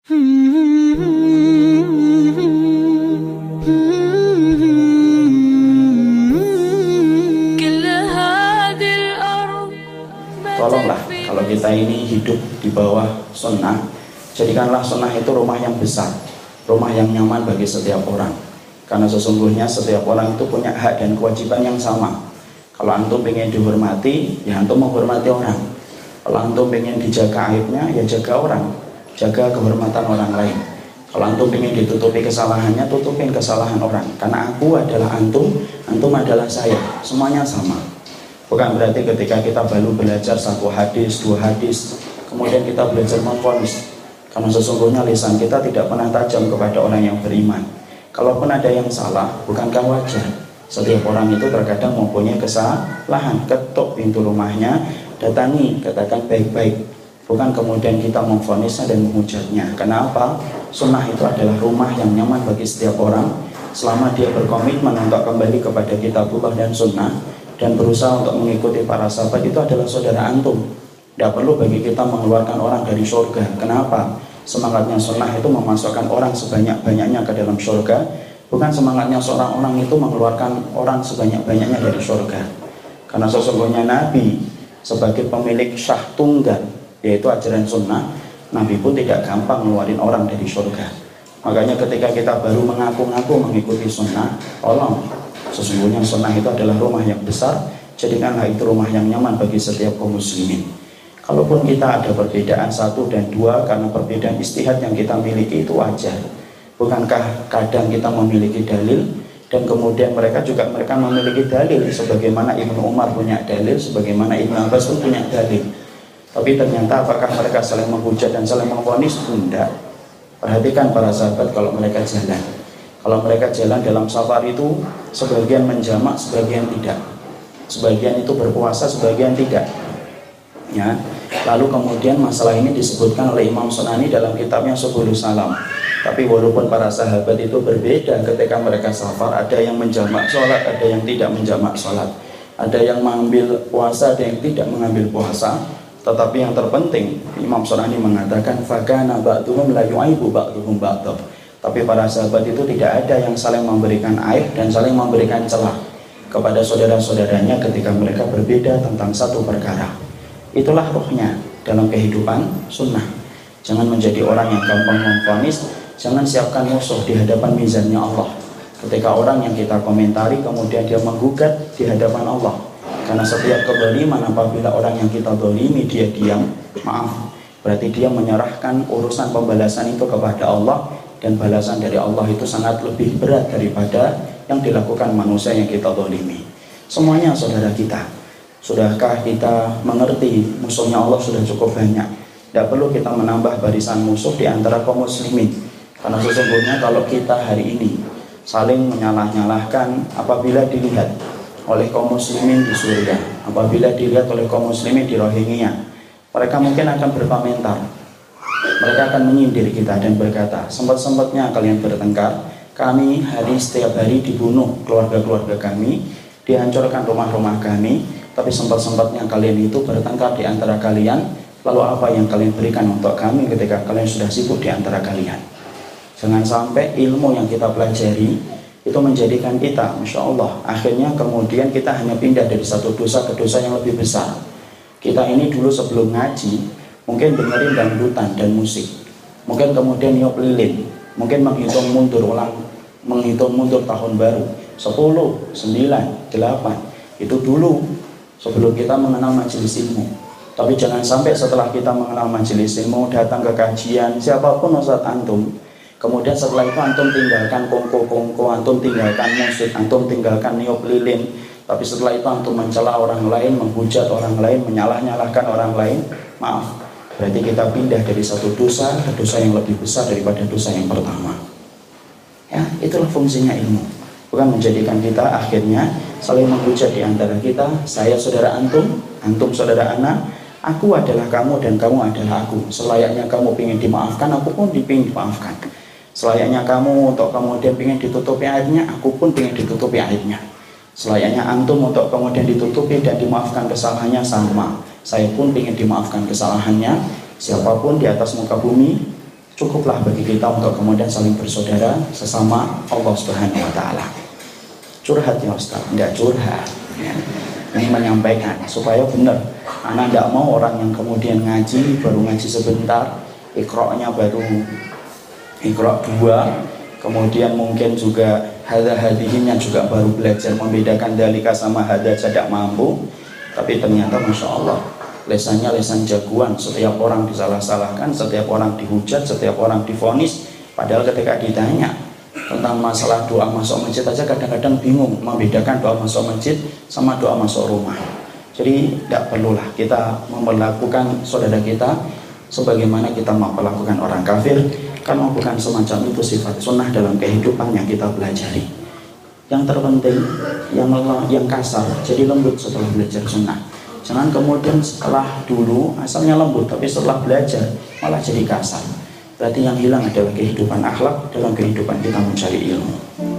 Tolonglah kalau kita ini hidup di bawah sunnah, jadikanlah sunnah itu rumah yang besar, rumah yang nyaman bagi setiap orang. Karena sesungguhnya setiap orang itu punya hak dan kewajiban yang sama. Kalau antum pengen dihormati, ya antum menghormati orang. Kalau antum pengen dijaga aibnya, ya jaga orang, jaga kehormatan orang lain. Kalau antum pengen ditutupi kesalahannya, tutupin kesalahan orang. Karena aku adalah antum, antum adalah saya, semuanya sama. Bukan berarti ketika kita baru belajar satu hadis, dua hadis, kemudian kita belajar memvonis. Karena sesungguhnya lisan kita tidak pernah tajam kepada orang yang beriman. Kalaupun ada yang salah, bukankah wajar? Setiap orang itu terkadang mempunyai kesalahan. Ketuk pintu rumahnya, datangi, katakan baik-baik. Bukan kemudian kita memvonisnya dan menghujatnya. Kenapa? Sunnah itu adalah rumah yang nyaman bagi setiap orang selama dia berkomitmen untuk kembali kepada kitabullah dan sunnah dan berusaha untuk mengikuti para sahabat. Itu adalah saudara antum. Tidak perlu bagi kita mengeluarkan orang dari surga. Kenapa? Semangatnya sunnah itu memasukkan orang sebanyak-banyaknya ke dalam surga. Bukan semangatnya seorang orang itu mengeluarkan orang sebanyak-banyaknya dari surga. Karena sesungguhnya Nabi sebagai pemilik syah tunggal, yaitu ajaran sunnah, Nabi pun tidak gampang ngeluarin orang dari surga. Makanya ketika kita baru mengaku-ngaku mengikuti sunnah, tolong, sesungguhnya sunnah itu adalah rumah yang besar, jadikanlah itu rumah yang nyaman bagi setiap kaum muslimin. Kalaupun kita ada perbedaan satu dan dua karena perbedaan ijtihad yang kita miliki itu wajar. Bukankah kadang kita memiliki dalil dan kemudian mereka memiliki dalil, sebagaimana Ibnu Umar punya dalil, sebagaimana Ibnu Abbas pun punya dalil. Tapi ternyata apakah mereka saling menghujat dan saling memvonis? Tidak. Perhatikan para sahabat kalau mereka jalan. Kalau mereka jalan dalam safar itu, sebagian menjamak, sebagian tidak. Sebagian itu berpuasa, sebagian tidak. Ya. Lalu kemudian masalah ini disebutkan oleh Imam Sunani dalam kitabnya Subulus Salam. Tapi walaupun para sahabat itu berbeda ketika mereka safar, ada yang menjamak sholat, ada yang tidak menjamak sholat, ada yang mengambil puasa, ada yang tidak mengambil puasa. Tetapi yang terpenting, Imam Sunani mengatakan fakana ba'duhum la yu'aibu ba'duhum ba'dhum. Tapi para sahabat itu tidak ada yang saling memberikan aib dan saling memberikan celah kepada saudara-saudaranya ketika mereka berbeda tentang satu perkara. Itulah rohnya dalam kehidupan sunnah. Jangan menjadi orang yang gampang memvonis, jangan siapkan musuh di hadapan mizannya Allah. Ketika orang yang kita komentari kemudian dia menggugat di hadapan Allah. Karena setiap kezaliman apabila orang yang kita zalimi dia diam, maaf, berarti dia menyerahkan urusan pembalasan itu kepada Allah, dan balasan dari Allah itu sangat lebih berat daripada yang dilakukan manusia yang kita zalimi. Semuanya saudara kita. Sudahkah kita mengerti musuhnya Allah sudah cukup banyak? Tidak perlu kita menambah barisan musuh di antara kaum muslimin. Karena sesungguhnya kalau kita hari ini saling menyalah-nyalahkan apabila dilihat oleh kaum muslimin di Suriah, apabila dilihat oleh kaum muslimin di Rohingya, mereka mungkin akan berkomentar, mereka akan menyindir kita dan berkata, sempat-sempatnya kalian bertengkar, kami setiap hari dibunuh keluarga-keluarga kami, dihancurkan rumah-rumah kami, tapi sempat-sempatnya kalian itu bertengkar di antara kalian, lalu apa yang kalian berikan untuk kami ketika kalian sudah sibuk di antara kalian? Jangan sampai ilmu yang kita pelajari itu menjadikan kita, Masya Allah, akhirnya kemudian kita hanya pindah dari satu dosa ke dosa yang lebih besar. Kita ini dulu sebelum ngaji mungkin dengerin dangdutan dan musik, mungkin kemudian niup lilin, mungkin menghitung mundur tahun baru 10, 9, 8, itu dulu sebelum kita mengenal majelis ilmu. Tapi jangan sampai setelah kita mengenal majelis ilmu, datang ke kajian siapapun ustadz antum, kemudian setelah itu antum tinggalkan kongko-kongko, antum tinggalkan musik, antum tinggalkan niup lilin, tapi setelah itu antum mencela orang lain, menghujat orang lain, menyalah-nyalahkan orang lain, maaf, berarti kita pindah dari satu dosa ke dosa yang lebih besar daripada dosa yang pertama. Ya, itulah fungsinya ilmu. Bukan menjadikan kita akhirnya saling menghujat di antara kita, saya saudara antum, antum saudara anak, aku adalah kamu dan kamu adalah aku. Selayaknya kamu ingin dimaafkan, aku pun ingin dimaafkan. Selayaknya kamu untuk kemudian ingin ditutupi aibnya, aku pun ingin ditutupi aibnya. Selayaknya antum untuk kemudian ditutupi dan dimaafkan kesalahannya, sama. Saya pun ingin dimaafkan kesalahannya. Siapapun di atas muka bumi, cukuplah bagi kita untuk kemudian saling bersaudara sesama Allah Subhanahu wa taala. Curhat ya Ustaz, enggak curhat ya. Ini menyampaikan supaya benar. Anak tidak mau orang yang kemudian ngaji baru ngaji sebentar, iqra'nya baru iqra' 2, kemudian mungkin juga hadza-hadhihimnya juga baru belajar membedakan dalika sama hadza tidak mampu, tapi ternyata Masya Allah lesannya lesan jagoan, setiap orang disalah-salahkan, setiap orang dihujat, setiap orang divonis, padahal ketika ditanya tentang masalah doa masuk masjid aja kadang-kadang bingung membedakan doa masuk masjid sama doa masuk rumah. Jadi tidak perlulah kita memperlakukan saudara kita sebagaimana kita memperlakukan orang kafir, karena bukan semacam itu sifat sunnah dalam kehidupan yang kita pelajari. Yang terpenting yang kasar jadi lembut setelah belajar sunnah. Jangan kemudian setelah dulu asalnya lembut tapi setelah belajar malah jadi kasar. Berarti yang hilang adalah kehidupan akhlak dalam kehidupan kita mencari ilmu.